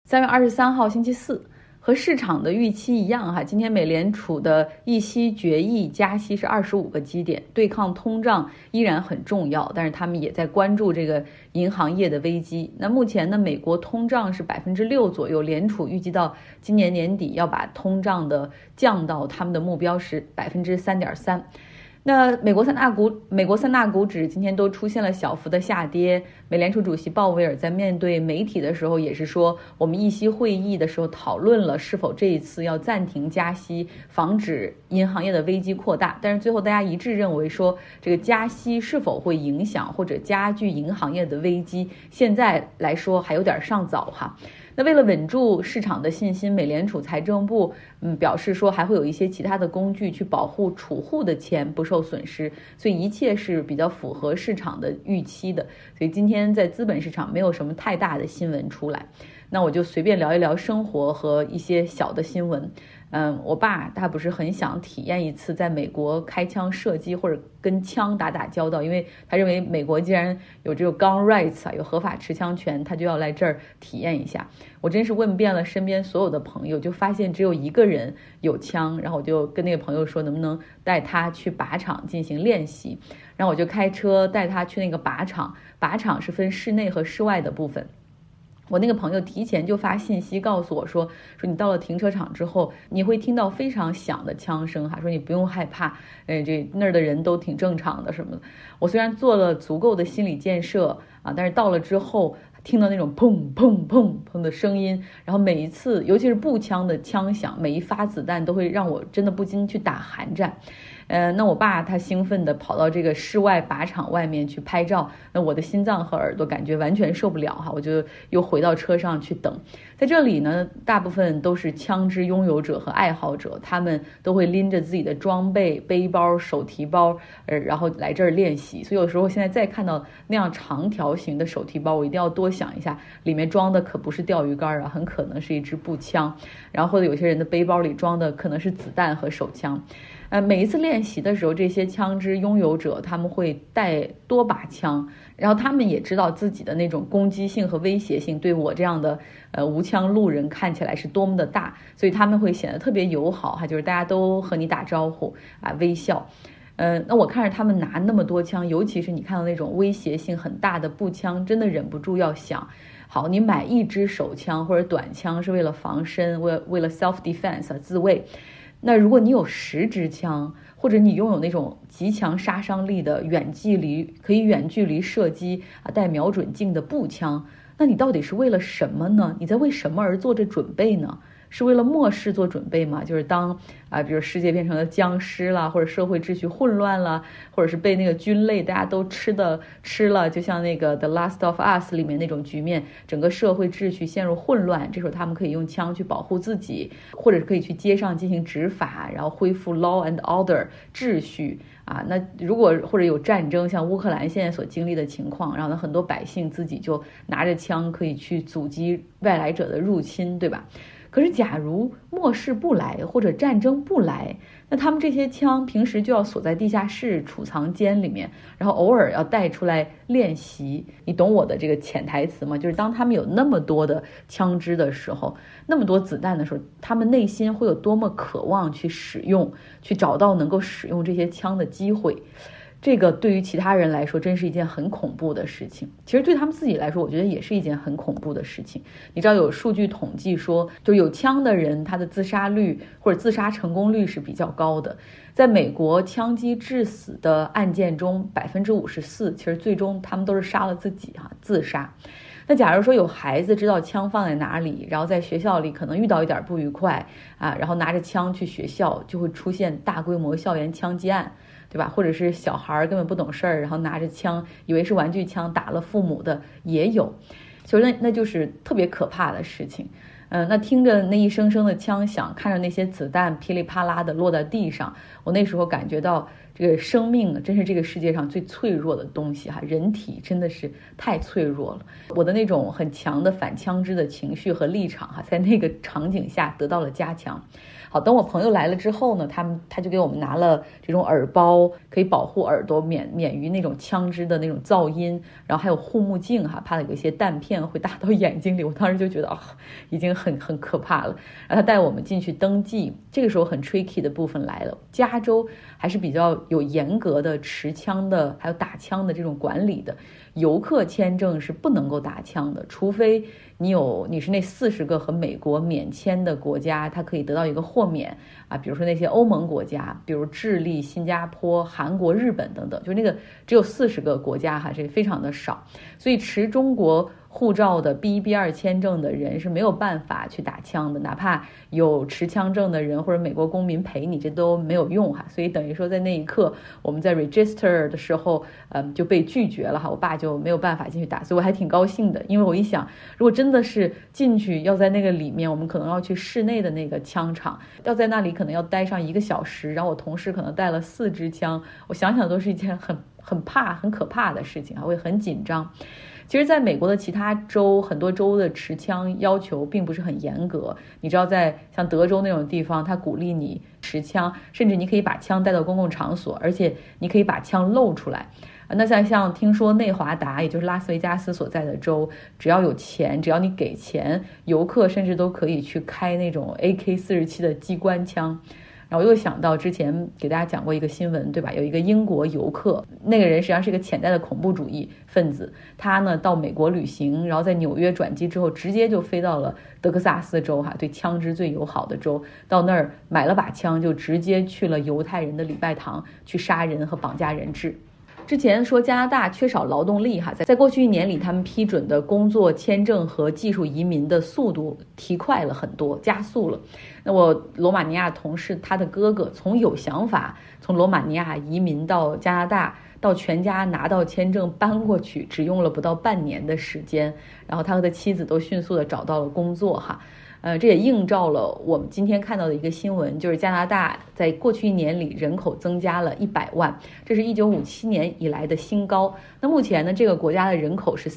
3月23号星期四，和市场的预期一样哈，今天美联储的议息决议加息是25个基点，对抗通胀依然很重要，但是他们也在关注这个银行业的危机。那目前呢，美国通胀是6%左右，联储预计到今年年底要把通胀的降到他们的目标是3.3%。那美国三大股指今天都出现了小幅的下跌。美联储主席鲍威尔在面对媒体的时候也是说，我们议息会议的时候讨论了是否这一次要暂停加息，防止银行业的危机扩大。但是最后大家一致认为说，这个加息是否会影响或者加剧银行业的危机，现在来说还有点尚早哈。那为了稳住市场的信心，美联储财政部表示说还会有一些其他的工具去保护储户的钱不受损失，所以一切是比较符合市场的预期的。所以今天在资本市场没有什么太大的新闻出来，那我就随便聊一聊生活和一些小的新闻。我爸他不是很想体验一次在美国开枪射击或者跟枪打交道，因为他认为美国既然有这种 gun rights 啊，有合法持枪权，他就要来这儿体验一下。我真是问遍了身边所有的朋友，就发现只有一个人有枪，然后我就跟那个朋友说能不能带他去靶场进行练习，然后我就开车带他去那个靶场，靶场是分室内和室外的部分。我那个朋友提前就发信息告诉我说你到了停车场之后，你会听到非常响的枪声哈，说你不用害怕，这那儿的人都挺正常的什么的。我虽然做了足够的心理建设啊，但是到了之后听到那种砰砰砰砰的声音，然后每一次尤其是步枪的枪响，每一发子弹都会让我真的不禁去打寒战。那我爸他兴奋地跑到这个室外靶场外面去拍照，那我的心脏和耳朵感觉完全受不了哈，我就又回到车上去等。在这里呢，大部分都是枪支拥有者和爱好者，他们都会拎着自己的装备、背包、手提包，然后来这儿练习。所以有时候现在再看到那样长条形的手提包，我一定要多想一下，里面装的可不是钓鱼竿啊，很可能是一支步枪，然后或者有些人的背包里装的可能是子弹和手枪。每一次练习的时候，这些枪支拥有者他们会带多把枪，然后他们也知道自己的那种攻击性和威胁性对我这样的无枪路人看起来是多么的大，所以他们会显得特别友好哈，就是大家都和你打招呼啊，微笑。那我看着他们拿那么多枪，尤其是你看到那种威胁性很大的步枪，真的忍不住要想，好，你买一支手枪或者短枪是为了防身，为了 self defense 自卫。那如果你有10支枪，或者你拥有那种极强杀伤力的可以远距离射击啊，带瞄准镜的步枪，那你到底是为了什么呢？你在为什么而做着准备呢？是为了末世做准备吗？就是当比如世界变成了僵尸啦，或者社会秩序混乱啦，或者是被那个菌类大家都吃了，就像那个 The Last of Us 里面那种局面，整个社会秩序陷入混乱，这时候他们可以用枪去保护自己，或者是可以去街上进行执法，然后恢复 law and order 秩序啊。那如果或者有战争，像乌克兰现在所经历的情况，然后呢很多百姓自己就拿着枪可以去阻击外来者的入侵，对吧？可是假如末世不来或者战争不来，那他们这些枪平时就要锁在地下室储藏间里面，然后偶尔要带出来练习。你懂我的这个潜台词吗？就是当他们有那么多的枪支的时候，那么多子弹的时候，他们内心会有多么渴望去使用，去找到能够使用这些枪的机会。这个对于其他人来说真是一件很恐怖的事情，其实对他们自己来说我觉得也是一件很恐怖的事情。你知道有数据统计说，就有枪的人他的自杀率或者自杀成功率是比较高的。在美国枪击致死的案件中，54%其实最终他们都是杀了自己自杀。那假如说有孩子知道枪放在哪里，然后在学校里可能遇到一点不愉快啊，然后拿着枪去学校，就会出现大规模校园枪击案，对吧？或者是小孩根本不懂事儿，然后拿着枪以为是玩具枪打了父母的也有，所以那就是特别可怕的事情。那听着那一声声的枪响，看着那些子弹噼里啪啦的落在地上，我那时候感觉到这个生命真是这个世界上最脆弱的东西哈，人体真的是太脆弱了。我的那种很强的反枪支的情绪和立场哈，在那个场景下得到了加强。好，等我朋友来了之后呢，他就给我们拿了这种耳包，可以保护耳朵免于那种枪支的那种噪音，然后还有护目镜哈，怕有一些弹片会打到眼睛里。我当时就觉得已经很可怕了。然后他带我们进去登记，这个时候很 tricky 的部分来了。加州还是比较有严格的持枪的，还有打枪的这种管理的。游客签证是不能够打枪的，除非你是那40个和美国免签的国家，它可以得到一个豁免啊，比如说那些欧盟国家，比如智利、新加坡、韩国、日本等等，就那个只有40个国家哈，这非常的少，所以持中国护照的 B1、B2签证的人是没有办法去打枪的，哪怕有持枪证的人或者美国公民陪你，这都没有用哈。所以等于说在那一刻我们在 register 的时候，就被拒绝了哈，我爸就没有办法进去打，所以我还挺高兴的，因为我一想，如果真的是进去要在那个里面，我们可能要去室内的那个枪场，要在那里可能要待上1个小时，然后我同事可能带了4支枪，我想想都是一件很可怕的事情啊，会很紧张。其实在美国的其他州，很多州的持枪要求并不是很严格，你知道在像德州那种地方，他鼓励你持枪，甚至你可以把枪带到公共场所，而且你可以把枪露出来。那像听说内华达，也就是拉斯维加斯所在的州，只要有钱，只要你给钱，游客甚至都可以去开那种 AK-47的机关枪。然后我又想到之前给大家讲过一个新闻，对吧？有一个英国游客，那个人实际上是一个潜在的恐怖主义分子，他呢到美国旅行，然后在纽约转机之后，直接就飞到了德克萨斯州哈，对枪支最友好的州，到那儿买了把枪，就直接去了犹太人的礼拜堂去杀人和绑架人质。之前说加拿大缺少劳动力哈，在过去1年里，他们批准的工作签证和技术移民的速度提快了很多，加速了。那我罗马尼亚同事他的哥哥从有想法从罗马尼亚移民到加拿大，到全家拿到签证搬过去，只用了不到半年的时间，然后他和他妻子都迅速的找到了工作哈。这也映照了我们今天看到的一个新闻，就是加拿大在过去1年里人口增加了100万，这是1957年以来的新高。那目前呢，这个国家的人口是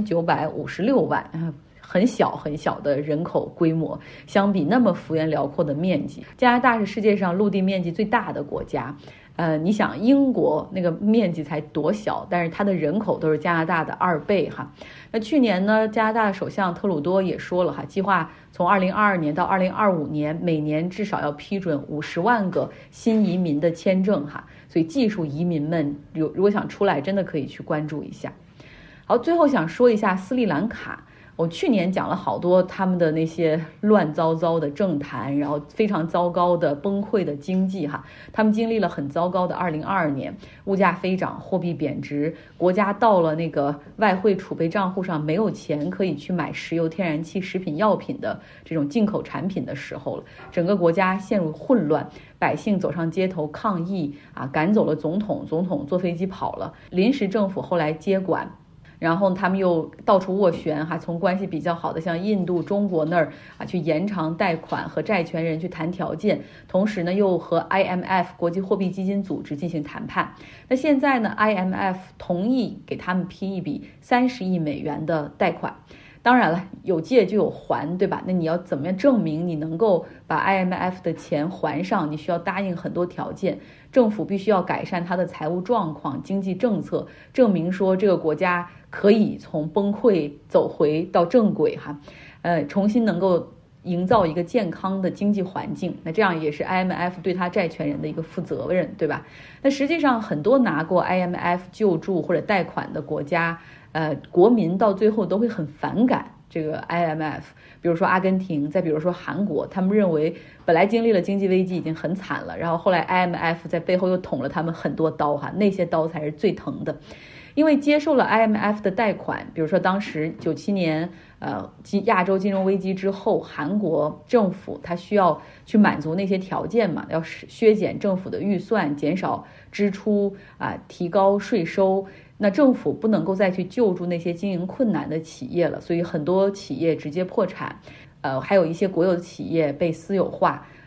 3956万，很小的人口规模，相比那么幅员辽阔的面积，加拿大是世界上陆地面积最大的国家。你想英国那个面积才多小，但是它的人口都是加拿大的2倍哈。那去年呢，加拿大的首相特鲁多也说了哈，计划从2022年到2025年，每年至少要批准50万个新移民的签证哈。所以技术移民们如果想出来，真的可以去关注一下。好，最后想说一下斯里兰卡。我去年讲了好多他们的那些乱糟糟的政坛，然后非常糟糕的崩溃的经济哈，他们经历了很糟糕的2022年，物价飞涨，货币贬值，国家到了那个外汇储备账户上没有钱可以去买石油、天然气、食品药品的这种进口产品的时候了，整个国家陷入混乱，百姓走上街头抗议啊，赶走了总统坐飞机跑了，临时政府后来接管。然后他们又到处斡旋哈，从关系比较好的像印度、中国那儿啊去延长贷款，和债权人去谈条件，同时呢又和 IMF 国际货币基金组织进行谈判。那现在呢 IMF 同意给他们批一笔30亿美元的贷款。当然了，有借就有还，对吧？那你要怎么样证明你能够把 IMF 的钱还上？你需要答应很多条件，政府必须要改善它的财务状况、经济政策，证明说这个国家可以从崩溃走回到正轨哈，重新能够营造一个健康的经济环境。那这样也是 IMF 对他债权人的一个负责任，对吧？那实际上很多拿过 IMF 救助或者贷款的国家，国民到最后都会很反感这个 IMF， 比如说阿根廷，再比如说韩国，他们认为本来经历了经济危机已经很惨了，然后后来 IMF 在背后又捅了他们很多刀哈，那些刀才是最疼的。因为接受了 IMF 的贷款，比如说当时97年亚洲金融危机之后，韩国政府它需要去满足那些条件嘛，要削减政府的预算，减少支出啊，提高税收。那政府不能够再去救助那些经营困难的企业了，所以很多企业直接破产，还有一些国有的企业被私有化。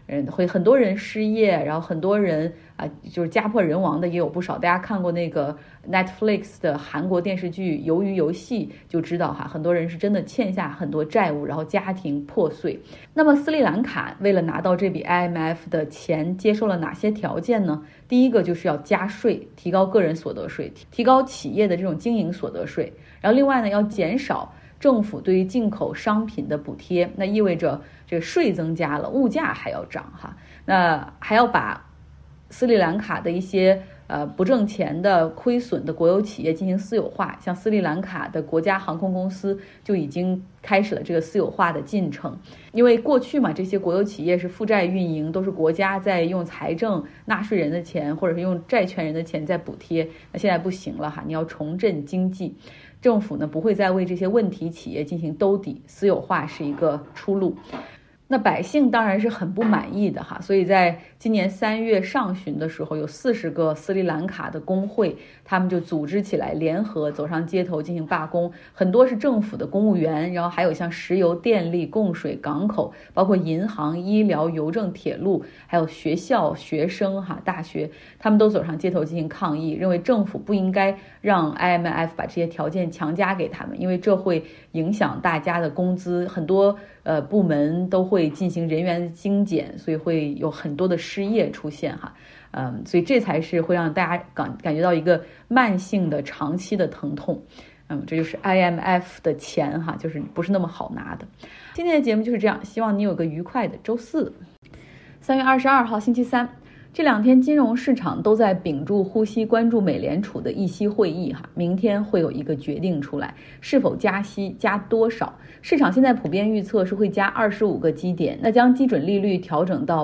会很多人失业，然后很多人就是家破人亡的也有不少。大家看过那个 Netflix 的韩国电视剧《鱿鱼游戏》就知道很多人是真的欠下很多债务，然后家庭破碎。那么斯里兰卡为了拿到这笔 IMF 的钱，接受了哪些条件呢？第一个就是要加税，提高个人所得税，提高企业的这种经营所得税。然后另外呢，要减少政府对于进口商品的补贴，那意味着这个税增加了，物价还要涨那还要把斯里兰卡的一些不挣钱的亏损的国有企业进行私有化，像斯里兰卡的国家航空公司就已经开始了这个私有化的进程。因为过去嘛，这些国有企业是负债运营，都是国家在用财政纳税人的钱或者是用债权人的钱在补贴，那现在不行了你要重振经济，政府呢不会再为这些问题企业进行兜底，私有化是一个出路。那百姓当然是很不满意的所以在今年3月上旬的时候，有40个斯里兰卡的工会，他们就组织起来联合走上街头进行罢工，很多是政府的公务员，然后还有像石油、电力、供水、港口，包括银行、医疗、邮政、铁路，还有学校、学生大学，他们都走上街头进行抗议，认为政府不应该让 IMF 把这些条件强加给他们，因为这会影响大家的工资，很多部门都会进行人员精简，所以会有很多的失业出现所以这才是会让大家感觉到一个慢性的长期的疼痛。这就是 IMF 的钱就是不是那么好拿的。今天的节目就是这样，希望你有个愉快的周四。3月22号星期三，这2天金融市场都在屏住呼吸，关注美联储的议息会议明天会有一个决定出来，是否加息，加多少。市场现在普遍预测是会加25个基点，那将基准利率调整到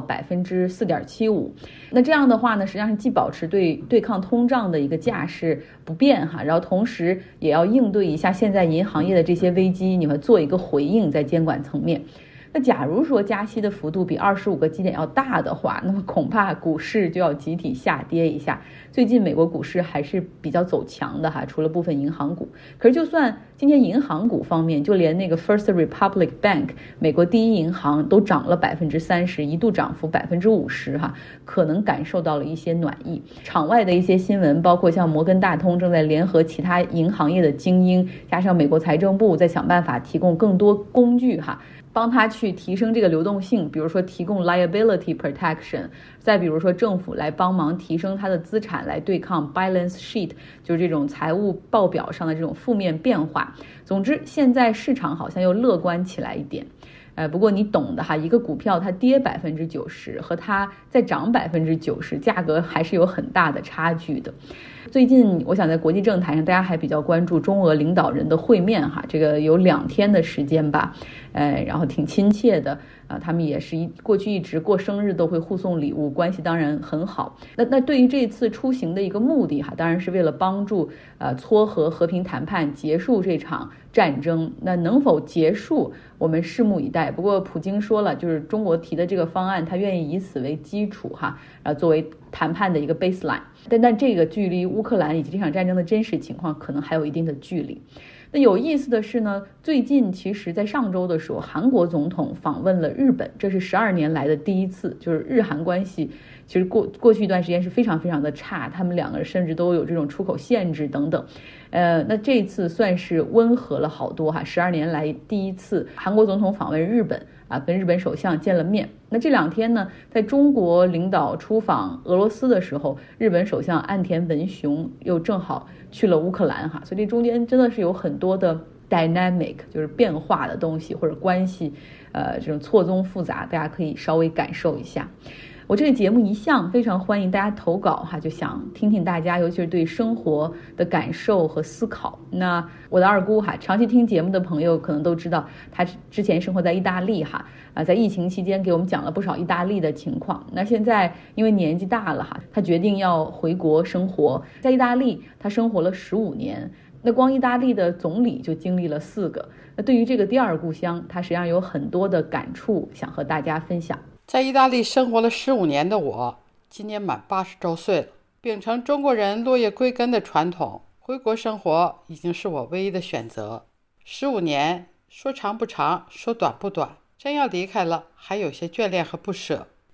4.75%。那这样的话呢，实际上是既保持对抗通胀的一个架势不变然后同时也要应对一下现在银行业的这些危机，你会做一个回应在监管层面。那假如说加息的幅度比25个基点要大的话，那么恐怕股市就要集体下跌一下。最近美国股市还是比较走强的除了部分银行股。可是就算今天银行股方面，就连那个 First Republic Bank 美国第一银行都涨了 30%， 一度涨幅 50%可能感受到了一些暖意。场外的一些新闻，包括像摩根大通正在联合其他银行业的精英，加上美国财政部在想办法提供更多工具帮他去提升这个流动性，比如说提供 liability protection， 再比如说政府来帮忙提升他的资产来对抗 balance sheet， 就是这种财务报表上的这种负面变化。总之现在市场好像又乐观起来一点。不过你懂的一个股票它跌 90% 和它再涨 90%， 价格还是有很大的差距的。最近我想在国际政坛上，大家还比较关注中俄领导人的会面这个有2天的时间吧，然后挺亲切的他们也是过去一直过生日都会互送礼物，关系当然很好。那对于这次出行的一个目的当然是为了帮助撮合和平谈判，结束这场战争。那能否结束，我们拭目以待。不过普京说了，就是中国提的这个方案，他愿意以此为基础作为谈判的一个 baseline。但这个距离乌克兰以及这场战争的真实情况可能还有一定的距离。那有意思的是呢，最近其实在上周的时候，韩国总统访问了日本，这是12年来的第一次。就是日韩关系其实过去一段时间是非常非常的差，他们2个甚至都有这种出口限制等等。那这次算是温和了好多12年来第一次韩国总统访问日本跟日本首相见了面。那这2天呢，在中国领导出访俄罗斯的时候，日本首相岸田文雄又正好去了乌克兰所以这中间真的是有很多的 dynamic， 就是变化的东西或者关系这种错综复杂，大家可以稍微感受一下。我这个节目一向非常欢迎大家投稿就想听听大家尤其是对生活的感受和思考。那我的二姑长期听节目的朋友可能都知道，她之前生活在意大利在疫情期间给我们讲了不少意大利的情况。那现在因为年纪大了她决定要回国生活。在意大利她生活了15年，那光意大利的总理就经历了4个。那对于这个第二故乡，她实际上有很多的感触想和大家分享。 在意大利生活了15年的我，今年满80周岁了。秉承中国人落叶归根的传统，回国生活已经是我唯一的选择。15年，说长不长，说短不短。真要离开了，还有些眷恋和不舍。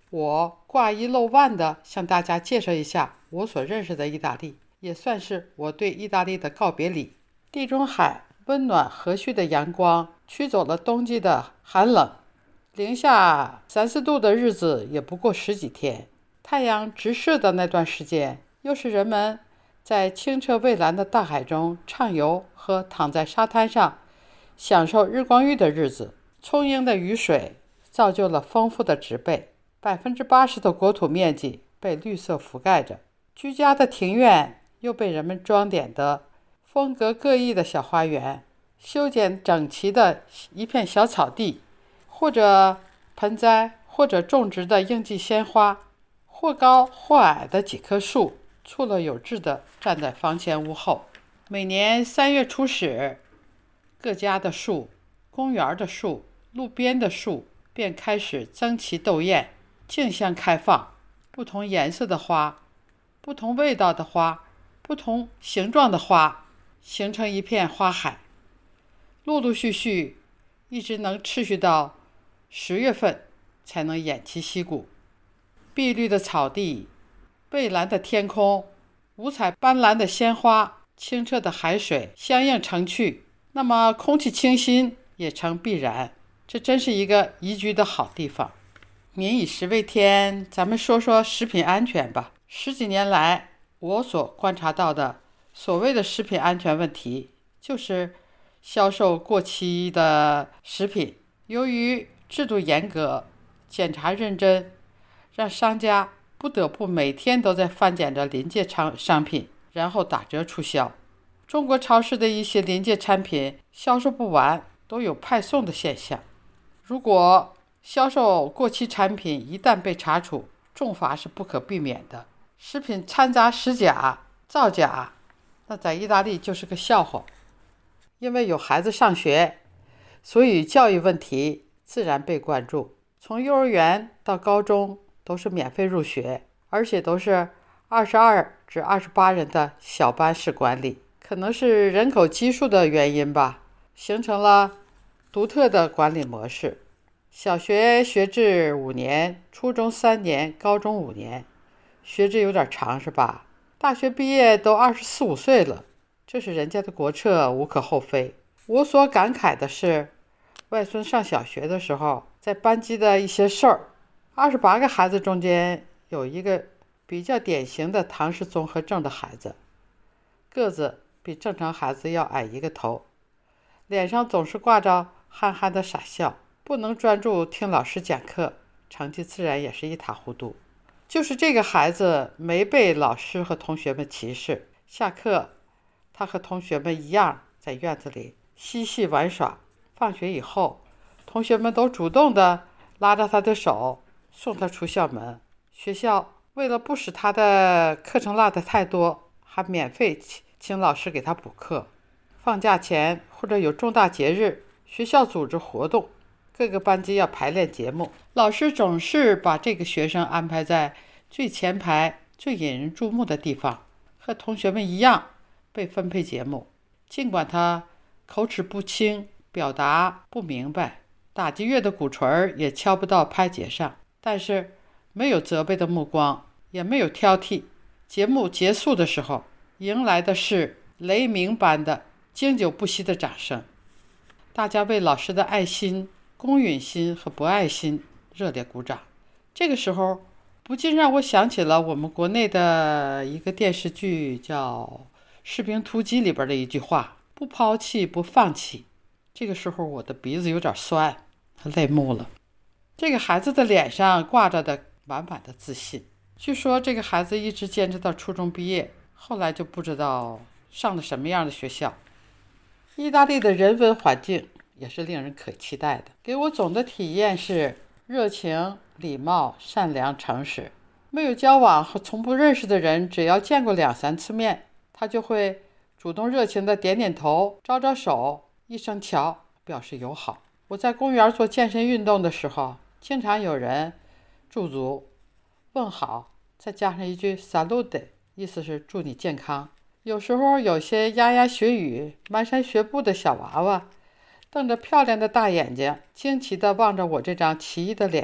我挂一漏万地向大家介绍一下我所认识的意大利，也算是我对意大利的告别礼。地中海温暖和煦的阳光驱走了冬季的寒冷，零下3、4度的日子也不过10几天。太阳直射的那段时间，又是人们在清澈蔚蓝的大海中畅游和躺在沙滩上享受日光浴的日子。充盈的雨水造就了丰富的植被，80%的国土面积被绿色覆盖着，居家的庭院又被人们装点的风格各异的小花园，修剪整齐的一片小草地，或者盆栽，或者种植的应季鲜花，或高或矮的几棵树错落有致地站在房前屋后。每年3月初始，各家的树、公园的树、路边的树便开始争奇斗艳，竞相开放。不同颜色的花，不同味道的花，不同形状的花，形成一片花海，陆陆续续一直能持续到10月份才能偃旗息鼓。碧绿的草地，蔚蓝的天空，五彩斑斓的鲜花，清澈的海水相映成趣，那么空气清新也成必然。这真是一个宜居的好地方。民以食为天，咱们说说食品安全吧。10几年来，我所观察到的所谓的食品安全问题，就是销售过期的食品。由于制度严格，检查认真，让商家不得不每天都在翻检着临界商品，然后打折促销。中国超市的一些临界产品销售不完，都有派送的现象。如果销售过期产品一旦被查处，重罚是不可避免的。食品掺杂实假、造假，那在意大利就是个笑话。因为有孩子上学，所以教育问题自然被关注。从幼儿园到高中都是免费入学，而且都是22至28人的小班式管理。可能是人口基数的原因吧，形成了独特的管理模式。小学学制5年，初中3年，高中5年，学制有点长是吧？大学毕业都24、25岁了，这是人家的国策，无可厚非。我所感慨的是，外孙上小学的时候，在班级的一些事儿，28个孩子中间有一个比较典型的唐氏综合症的孩子，个子比正常孩子要矮1个头，脸上总是挂着憨憨的傻笑，不能专注听老师讲课，成绩自然也是一塌糊涂。就是这个孩子没被老师和同学们歧视，下课他和同学们一样在院子里嬉戏玩耍，放学以后同学们都主动地拉着他的手送他出校门。学校为了不使他的课程落得太多，还免费请老师给他补课。放假前或者有重大节日，学校组织活动，各个班级要排练节目，老师总是把这个学生安排在最前排、最引人注目的地方，和同学们一样被分配节目。尽管他口齿不清，表达不明白，打击乐的鼓槌也敲不到拍节上，但是没有责备的目光，也没有挑剔。节目结束的时候，迎来的是雷鸣般的经久不息的掌声。大家为老师的爱心、公允心和不爱心热烈鼓掌。这个时候不禁让我想起了我们国内的一个电视剧叫《士兵突击》里边的一句话，不抛弃不放弃。这个时候我的鼻子有点酸，泪目了。这个孩子的脸上挂着的满满的自信。据说这个孩子一直坚持到初中毕业，后来就不知道上了什么样的学校。意大利的人文环境也是令人可期待的，给我总的体验是热情、礼貌、善良、诚实。没有交往和从不认识的人，只要见过2、3次面，他就会主动热情地点点头、招招手、一声瞧，表示友好。我在公园做健身运动的时候，经常有人驻足问好，再加上一句 salute， 意思是祝你健康。有时候有些牙牙学语、蹒跚学步的小娃娃，瞪着漂亮的大眼睛，惊奇地望着我这张奇异的脸，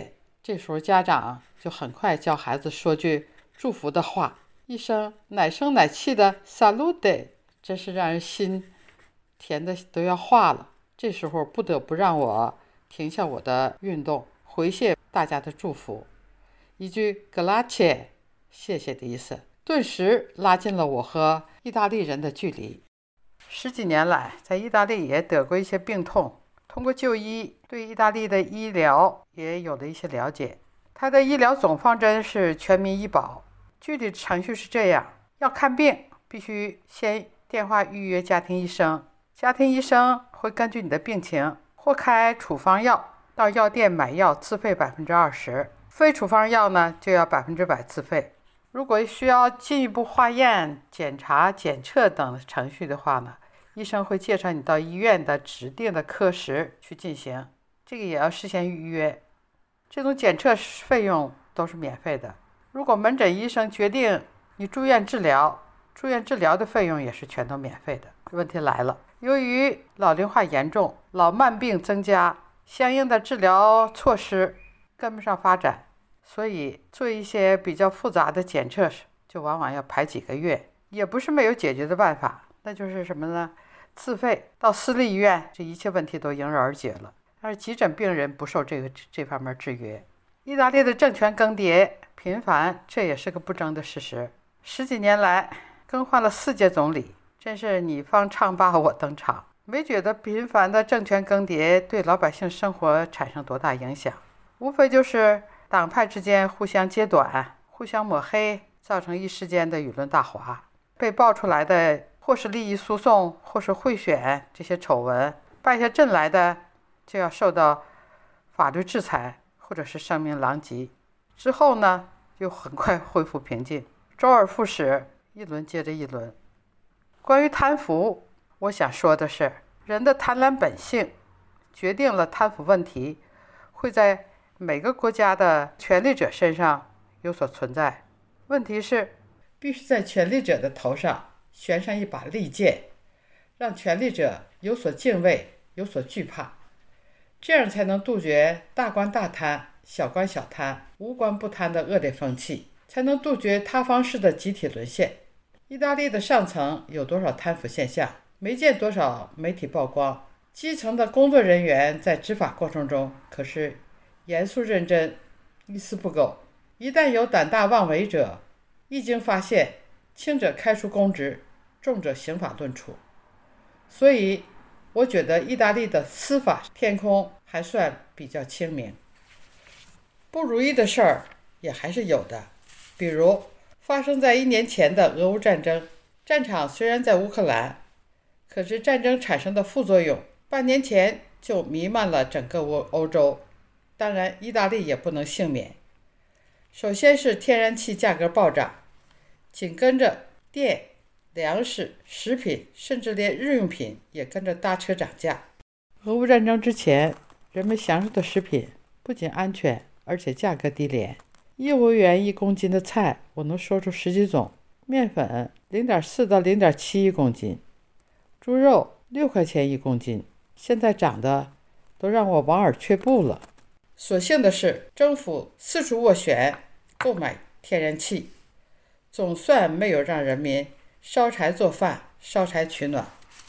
这时候家长就很快教孩子说句祝福的话，一声奶声奶气的 Salute， 真是让人心甜的都要化了。这时候不得不让我停下我的运动，回谢大家的祝福。一句 Grazie， 谢谢的意思，顿时拉近了我和意大利人的距离。10几年来，在意大利也得过一些病痛，通过就医，对意大利的医疗也有了一些了解。它的医疗总方针是全民医保，具体程序是这样：要看病，必须先电话预约家庭医生，家庭医生会根据你的病情或开处方药，到药店买药自费20%，非处方药呢就要100%自费。如果需要进一步化验、检查、检测等程序的话呢，医生会介绍你到医院的指定的科室去进行，这个也要事先预约。这种检测费用都是免费的。如果门诊医生决定你住院治疗，住院治疗的费用也是全都免费的。问题来了，由于老龄化严重，老慢病增加，相应的治疗措施跟不上发展，所以做一些比较复杂的检测就往往要排几个月。也不是没有解决的办法，那就是什么呢？自费到私立医院，这一切问题都迎刃而解了。但是急诊病人不受这方面制约。意大利的政权更迭频繁，这也是个不争的事实。10几年来更换了4届总理，真是你方唱罢我登场。没觉得频繁的政权更迭对老百姓生活产生多大影响，无非就是党派之间互相揭短、互相抹黑，造成一时间的舆论大哗。被爆出来的或是利益输送，或是贿选这些丑闻，败下阵来的就要受到法律制裁，或者是声名狼藉。之后呢，又很快恢复平静，周而复始，一轮接着一轮。关于贪腐，我想说的是，人的贪婪本性决定了贪腐问题会在每个国家的权力者身上有所存在。问题是，必须在权力者的头上悬上一把利剑，让权力者有所敬畏，有所惧怕，这样才能杜绝大官大贪、小官小贪、无官不贪的恶劣风气，才能杜绝塌方式的集体沦陷。意大利的上层有多少贪腐现象，没见多少媒体曝光，基层的工作人员在执法过程中可是严肃认真，一丝不苟。一旦有胆大妄为者，一经发现，轻者开除公职，重者刑法论处。所以我觉得意大利的司法天空还算比较清明。不如意的事儿也还是有的，比如发生在1年前的俄乌战争，战场虽然在乌克兰，可是战争产生的副作用半年前就弥漫了整个欧洲，当然意大利也不能幸免。首先是天然气价格暴涨，紧跟着电、粮食、食品，甚至连日用品也跟着搭车涨价。俄乌战争之前，人们享受的食品不仅安全，而且价格低廉。1欧元1公斤的菜，我能说出10几种。面粉0.4到0.7一公斤，猪肉6块钱1公斤，现在涨的都让我望而却步了。所幸的是，政府四处斡旋购买天然气，总算没有让人民烧柴做饭、烧柴取暖。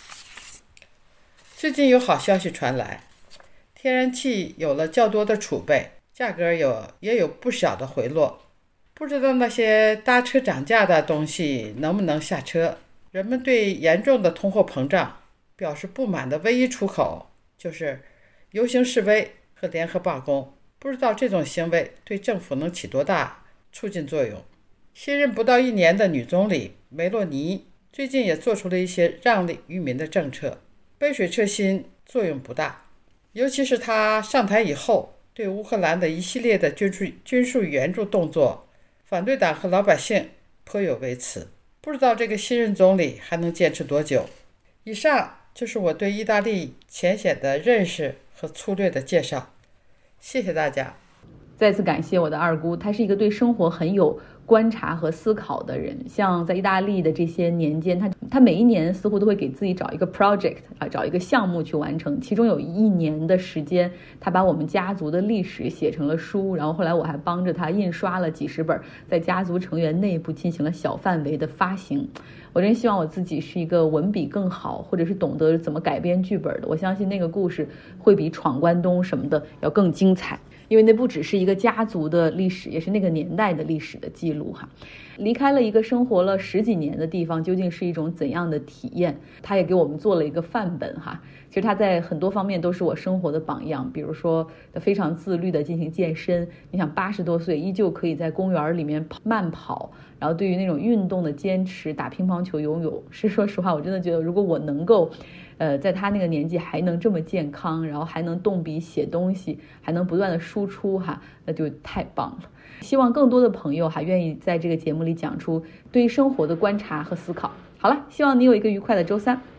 最近有好消息传来，天然气有了较多的储备，价格也有不小的回落。不知道那些搭车涨价的东西能不能下车。人们对严重的通货膨胀表示不满的唯一出口就是游行示威和联合罢工。不知道这种行为对政府能起多大促进作用。新任不到1年的女总理梅洛尼最近也做出了一些让利于民的政策，杯水车薪，作用不大。尤其是她上台以后，对乌克兰的一系列的军事援助动作，反对党和老百姓颇有微词。不知道这个新任总理还能坚持多久。以上就是我对意大利浅显的认识和粗略的介绍，谢谢大家。 再次感谢我的二姑，她是一个对生活很有观察和思考的人。像在意大利的这些年间，他每一年似乎都会给自己找一个 project 找一个项目去完成。其中有1年的时间，他把我们家族的历史写成了书，然后后来我还帮着他印刷了几十本，在家族成员内部进行了小范围的发行。我真希望我自己是一个文笔更好，或者是懂得怎么改编剧本的。我相信那个故事会比闯关东什么的要更精彩，因为那不只是一个家族的历史，也是那个年代的历史的记录哈。离开了一个生活了10几年的地方，究竟是一种怎样的体验？他也给我们做了一个范本哈。其实他在很多方面都是我生活的榜样，比如说他非常自律的进行健身，你想80多岁依旧可以在公园里面慢跑，然后对于那种运动的坚持，打乒乓球、游泳，是说实话，我真的觉得如果我能够在他那个年纪还能这么健康，然后还能动笔写东西，还能不断的输出哈，那就太棒了。希望更多的朋友还愿意在这个节目里讲出对生活的观察和思考。好了，希望你有一个愉快的周三。